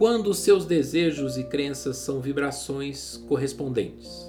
quando seus desejos e crenças são vibrações correspondentes.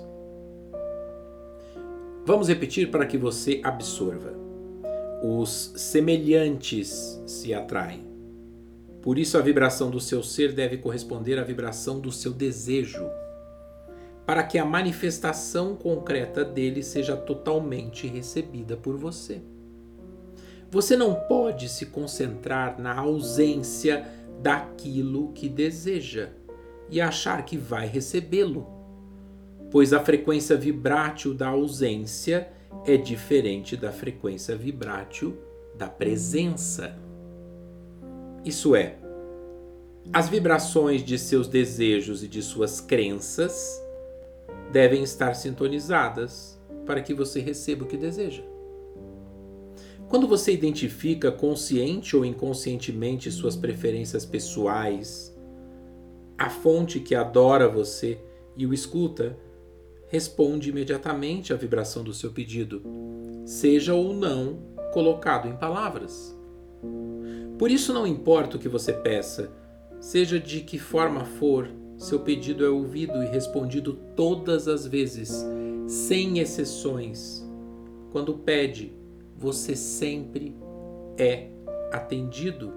Vamos repetir para que você absorva. Os semelhantes se atraem. Por isso a vibração do seu ser deve corresponder à vibração do seu desejo, para que a manifestação concreta dele seja totalmente recebida por você. Você não pode se concentrar na ausência daquilo que deseja e achar que vai recebê-lo, pois a frequência vibrátil da ausência é diferente da frequência vibrátil da presença. Isso é, as vibrações de seus desejos e de suas crenças devem estar sintonizadas para que você receba o que deseja. Quando você identifica consciente ou inconscientemente suas preferências pessoais, a fonte que adora você e o escuta responde imediatamente à vibração do seu pedido, seja ou não colocado em palavras. Por isso não importa o que você peça, seja de que forma for, seu pedido é ouvido e respondido todas as vezes, sem exceções. Quando pede, você sempre é atendido.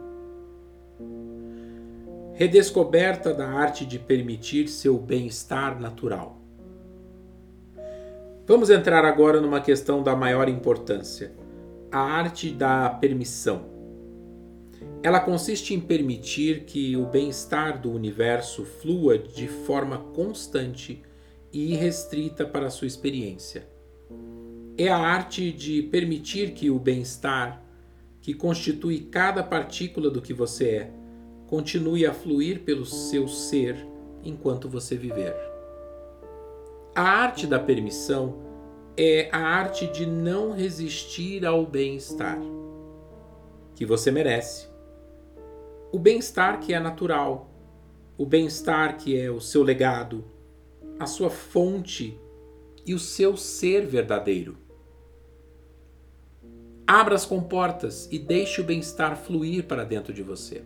Redescoberta da arte de permitir seu bem-estar natural. Vamos entrar agora numa questão da maior importância, a arte da permissão. Ela consiste em permitir que o bem-estar do universo flua de forma constante e irrestrita para a sua experiência. É a arte de permitir que o bem-estar, que constitui cada partícula do que você é, continue a fluir pelo seu ser enquanto você viver. A arte da permissão é a arte de não resistir ao bem-estar que você merece. O bem-estar que é natural, o bem-estar que é o seu legado, a sua fonte e o seu ser verdadeiro. Abra as comportas e deixe o bem-estar fluir para dentro de você.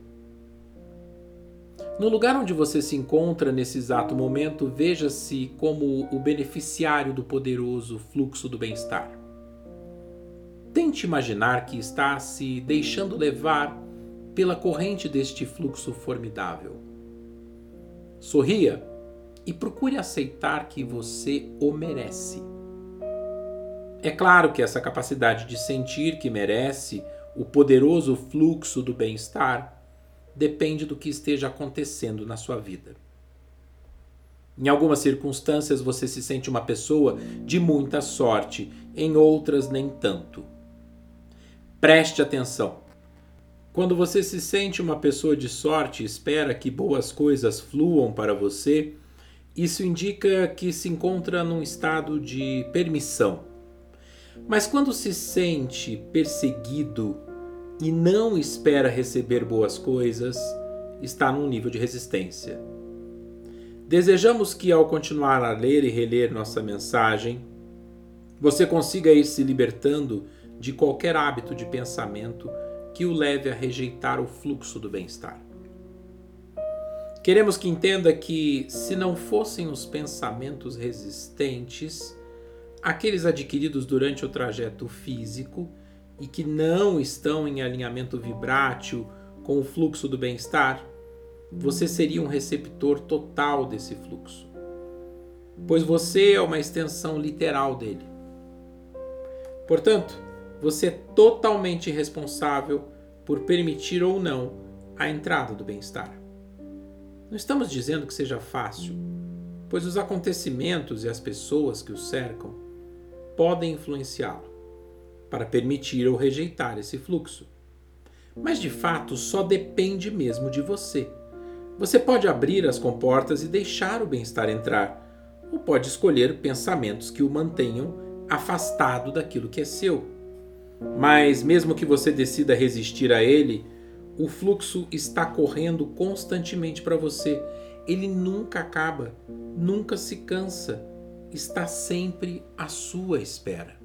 No lugar onde você se encontra nesse exato momento, veja-se como o beneficiário do poderoso fluxo do bem-estar. Tente imaginar que está se deixando levar pela corrente deste fluxo formidável. Sorria e procure aceitar que você o merece. É claro que essa capacidade de sentir que merece o poderoso fluxo do bem-estar depende do que esteja acontecendo na sua vida. Em algumas circunstâncias você se sente uma pessoa de muita sorte, em outras nem tanto. Preste atenção. Quando você se sente uma pessoa de sorte e espera que boas coisas fluam para você, isso indica que se encontra num estado de permissão. Mas quando se sente perseguido e não espera receber boas coisas, está num nível de resistência. Desejamos que, ao continuar a ler e reler nossa mensagem, você consiga ir se libertando de qualquer hábito de pensamento que o leve a rejeitar o fluxo do bem-estar. Queremos que entenda que, se não fossem os pensamentos resistentes, aqueles adquiridos durante o trajeto físico e que não estão em alinhamento vibrátil com o fluxo do bem-estar, você seria um receptor total desse fluxo, pois você é uma extensão literal dele. Portanto, você é totalmente responsável por permitir ou não a entrada do bem-estar. Não estamos dizendo que seja fácil, pois os acontecimentos e as pessoas que o cercam podem influenciá-lo para permitir ou rejeitar esse fluxo. Mas de fato só depende mesmo de você. Você pode abrir as comportas e deixar o bem-estar entrar, ou pode escolher pensamentos que o mantenham afastado daquilo que é seu. Mas mesmo que você decida resistir a ele, o fluxo está correndo constantemente para você. Ele nunca acaba, nunca se cansa, está sempre à sua espera.